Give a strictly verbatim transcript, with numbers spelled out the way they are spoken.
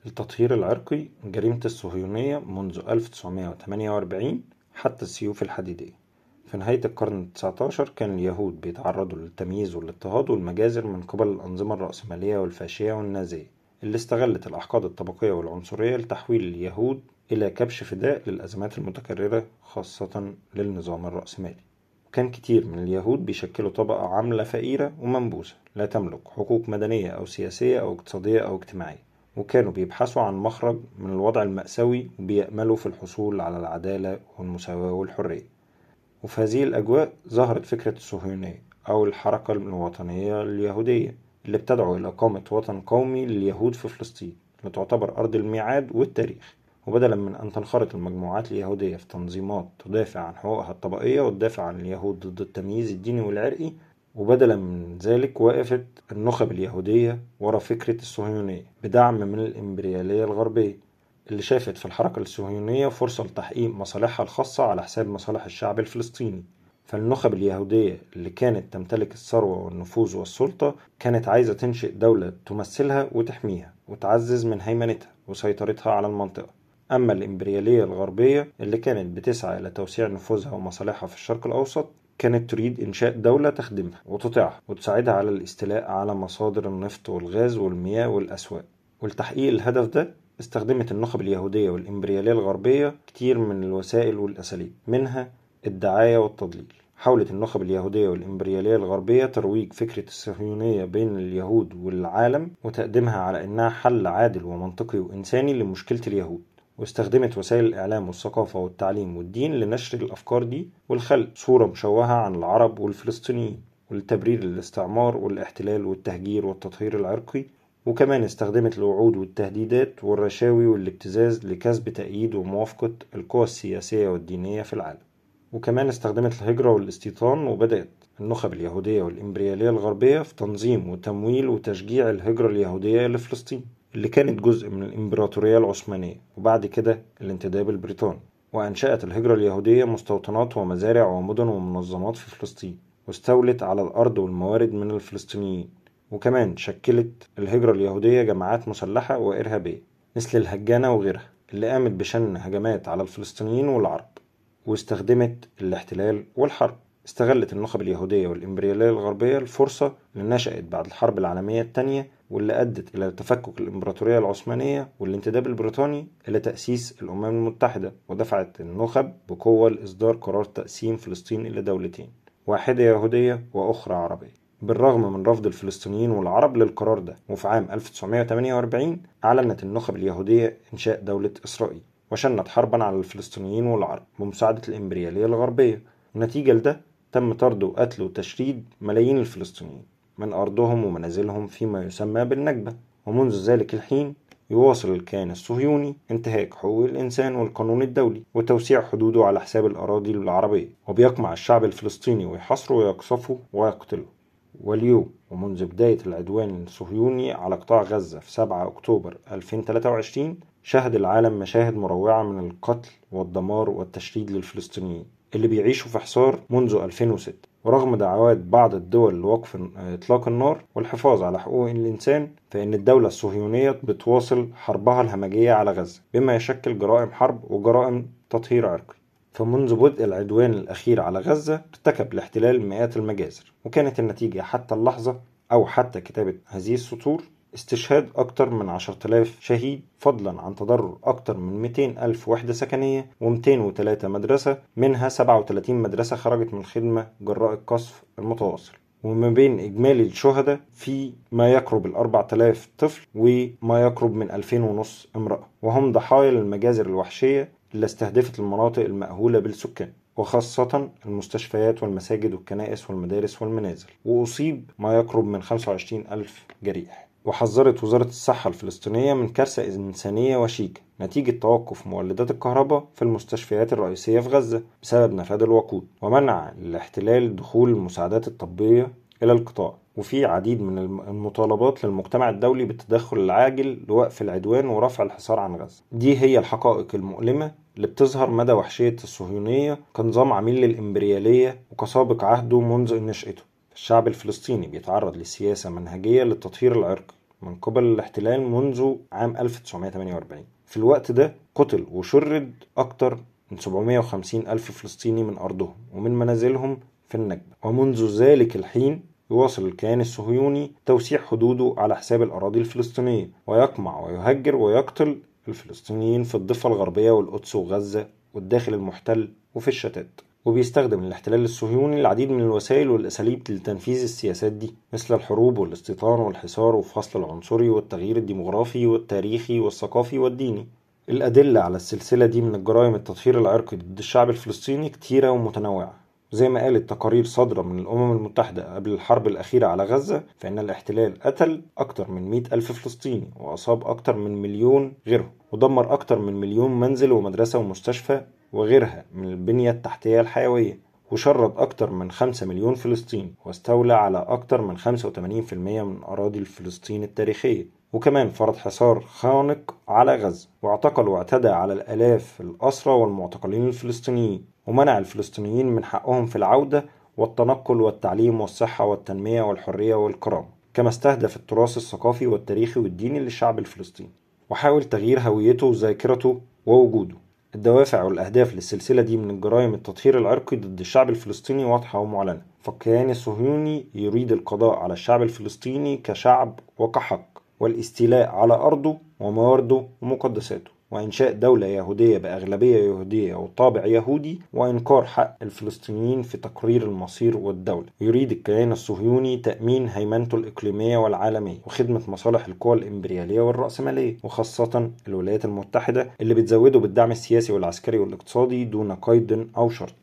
التطهير العرقي جريمة الصهيونية منذ ألف وتسعمائة وثمانية وأربعين حتى السيوف الحديدية. في نهاية القرن التسعتاشر كان اليهود بيتعرضوا للتمييز والاضطهاد والمجازر من قبل الأنظمة الرأسمالية والفاشية والنازية اللي استغلت الأحقاد الطبقية والعنصرية لتحويل اليهود إلى كبش فداء للأزمات المتكررة خاصة للنظام الرأسمالي. وكان كتير من اليهود بيشكلوا طبقة عاملة فقيرة ومنبوذة لا تملك حقوق مدنية أو سياسية أو اقتصادية أو اجتماعية، وكانوا بيبحثوا عن مخرج من الوضع المأساوي وبيأملوا في الحصول على العدالة والمساواة والحرية. وفي هذه الأجواء ظهرت فكرة الصهيونية أو الحركة الوطنية اليهودية اللي بتدعو إلى إقامة وطن قومي لليهود في فلسطين لتعتبر أرض الميعاد والتاريخ. وبدلا من أن تنخرط المجموعات اليهودية في تنظيمات تدافع عن حقوقها الطبقية وتدافع عن اليهود ضد التمييز الديني والعرقي، وبدلا من ذلك وقفت النخب اليهودية وراء فكرة الصهيونية بدعم من الإمبريالية الغربية اللي شافت في الحركة الصهيونية فرصة لتحقيق مصالحها الخاصة على حساب مصالح الشعب الفلسطيني. فالنخب اليهودية اللي كانت تمتلك الثروة والنفوذ والسلطة كانت عايزة تنشئ دولة تمثلها وتحميها وتعزز من هيمنتها وسيطرتها على المنطقة. أما الإمبريالية الغربية اللي كانت بتسعى إلى توسيع نفوذها ومصالحها في الشرق الأوسط كانت تريد إنشاء دولة تخدمها وتطيعها وتساعدها على الاستيلاء على مصادر النفط والغاز والمياه والأسواق. ولتحقيق الهدف ده استخدمت النخب اليهودية والإمبريالية الغربية كتير من الوسائل والأساليب، منها الدعاية والتضليل. حاولت النخب اليهودية والإمبريالية الغربية ترويج فكرة الصهيونية بين اليهود والعالم وتقديمها على إنها حل عادل ومنطقي وإنساني لمشكلة اليهود، واستخدمت وسائل الإعلام والثقافة والتعليم والدين لنشر الأفكار دي والخلق صورة مشوهة عن العرب والفلسطينيين ولتبرير الاستعمار والاحتلال والتهجير والتطهير العرقي. وكمان استخدمت الوعود والتهديدات والرشاوي والابتزاز لكسب تأييد وموافقة القوى السياسية والدينية في العالم. وكمان استخدمت الهجرة والاستيطان، وبدأت النخب اليهودية والإمبريالية الغربية في تنظيم وتمويل وتشجيع الهجرة اليهودية لفلسطين اللي كانت جزء من الإمبراطورية العثمانية وبعد كده الانتداب البريطاني. وأنشأت الهجرة اليهودية مستوطنات ومزارع ومدن ومنظمات في فلسطين واستولت على الأرض والموارد من الفلسطينيين. وكمان شكلت الهجرة اليهودية جماعات مسلحة وإرهابية مثل الهجانة وغيرها اللي قامت بشن هجمات على الفلسطينيين والعرب. واستخدمت الاحتلال والحرب. استغلت النخب اليهودية والإمبريالية الغربية الفرصة اللي نشأت بعد الحرب العالمية الثانية واللي أدت إلى تفكك الإمبراطورية العثمانية والانتداب البريطاني إلى تأسيس الأمم المتحدة، ودفعت النخب بقوة لإصدار قرار تقسيم فلسطين إلى دولتين، واحدة يهودية وأخرى عربية، بالرغم من رفض الفلسطينيين والعرب للقرار ده. وفي عام ألف وتسعمائة وثمانية وأربعين أعلنت النخب اليهودية إنشاء دولة إسرائيل وشنت حربا على الفلسطينيين والعرب بمساعدة الإمبريالية الغربية. ونتيجة لده تم طرد وقتل وتشريد ملايين الفلسطينيين من أرضهم ومنازلهم فيما يسمى بالنكبة. ومنذ ذلك الحين يواصل الكيان الصهيوني انتهاك حقوق الإنسان والقانون الدولي وتوسيع حدوده على حساب الأراضي العربية، وبيقمع الشعب الفلسطيني ويحصره ويقصفه ويقتله. واليوم ومنذ بداية العدوان الصهيوني على قطاع غزة في سبعة أكتوبر ألفين وثلاثة وعشرين شهد العالم مشاهد مروعة من القتل والدمار والتشريد للفلسطينيين اللي بيعيشوا في حصار منذ ألفين وستة. ورغم دعوات بعض الدول لوقف إطلاق النار والحفاظ على حقوق الإنسان، فإن الدولة الصهيونية بتواصل حربها الهمجية على غزة بما يشكل جرائم حرب وجرائم تطهير عرقي. فمنذ بدء العدوان الأخير على غزة ارتكب الاحتلال مئات المجازر، وكانت النتيجة حتى اللحظة أو حتى كتابة هذه السطور استشهاد أكثر من عشرة آلاف شهيد، فضلا عن تضرر أكثر من مئتين ألف وحدة سكنية ومئتين وثلاثة مدرسة، منها سبعة وثلاثين مدرسة خرجت من الخدمة جراء القصف المتواصل. وما بين إجمالي الشهداء في ما يقرب الأربعة آلاف طفل وما يقرب من ألفين ونص امرأة، وهم ضحايا المجازر الوحشية اللي استهدفت المناطق المأهولة بالسكان وخاصة المستشفيات والمساجد والكنائس والمدارس والمنازل. وأصيب ما يقرب من خمسة وعشرين ألف جريح. وحذرت وزارة الصحة الفلسطينية من كارثة إنسانية وشيكة نتيجة توقف مولدات الكهرباء في المستشفيات الرئيسية في غزة بسبب نفاذ الوقود ومنع الاحتلال دخول المساعدات الطبية إلى القطاع. وفي عديد من المطالبات للمجتمع الدولي بالتدخل العاجل لوقف العدوان ورفع الحصار عن غزة. دي هي الحقائق المؤلمة اللي بتظهر مدى وحشية الصهيونية كنظام عميل للإمبريالية وكسابق عهده منذ نشأته. الشعب الفلسطيني بيتعرض لسياسة منهجية للتطهير العرقي من قبل الاحتلال منذ عام ألف وتسعمائة وثمانية وأربعين. في الوقت ده قتل وشرد أكتر من سبعمائة وخمسين ألف فلسطيني من أرضهم ومن منازلهم في النكبة. ومنذ ذلك الحين يواصل الكيان الصهيوني توسيع حدوده على حساب الأراضي الفلسطينية، ويقمع ويهجر ويقتل الفلسطينيين في الضفة الغربية والقدس وغزة والداخل المحتل وفي الشتات. وبيستخدم الاحتلال الصهيوني العديد من الوسائل والأساليب لتنفيذ السياسات دي، مثل الحروب والاستيطان والحصار والفصل العنصري والتغيير الديمغرافي والتاريخي والثقافي والديني. الأدلة على السلسلة دي من الجرائم التطهير العرقي ضد الشعب الفلسطيني كتيرة ومتنوعة. زي ما قالت تقارير صادرة من الأمم المتحدة قبل الحرب الأخيرة على غزة، فإن الاحتلال قتل أكتر من مئة ألف فلسطيني وأصاب أكتر من مليون غيرهم، ودمر أكتر من مليون منزل ومدرسة ومستشفى وغيرها من البنية التحتية الحيوية، وشرد أكتر من خمسة مليون فلسطيني، واستولى على أكتر من خمسة وثمانين بالمئة من أراضي الفلسطين التاريخية. وكمان فرض حصار خانق على غزة، واعتقل واعتدى على الآلاف الأسرى والمعتقلين الفلسطينيين، ومنع الفلسطينيين من حقهم في العودة والتنقل والتعليم والصحة والتنمية والحرية والكرامة، كما استهدف التراث الثقافي والتاريخي والديني للشعب الفلسطيني، وحاول تغيير هويته وذاكرته ووجوده. الدوافع والأهداف للسلسلة دي من الجرائم التطهير العرقي ضد الشعب الفلسطيني واضحة ومعلنة. فالكيان الصهيوني يريد القضاء على الشعب الفلسطيني كشعب وكحق، والاستيلاء على أرضه وموارده ومقدساته، وإنشاء دولة يهودية بأغلبية يهودية وطابع يهودي، وإنكار حق الفلسطينيين في تقرير المصير والدولة. يريد الكيان الصهيوني تأمين هيمنته الإقليمية والعالمية وخدمة مصالح القوى الإمبريالية والرأسمالية، وخاصة الولايات المتحدة اللي بتزوده بالدعم السياسي والعسكري والاقتصادي دون قيد أو شرط.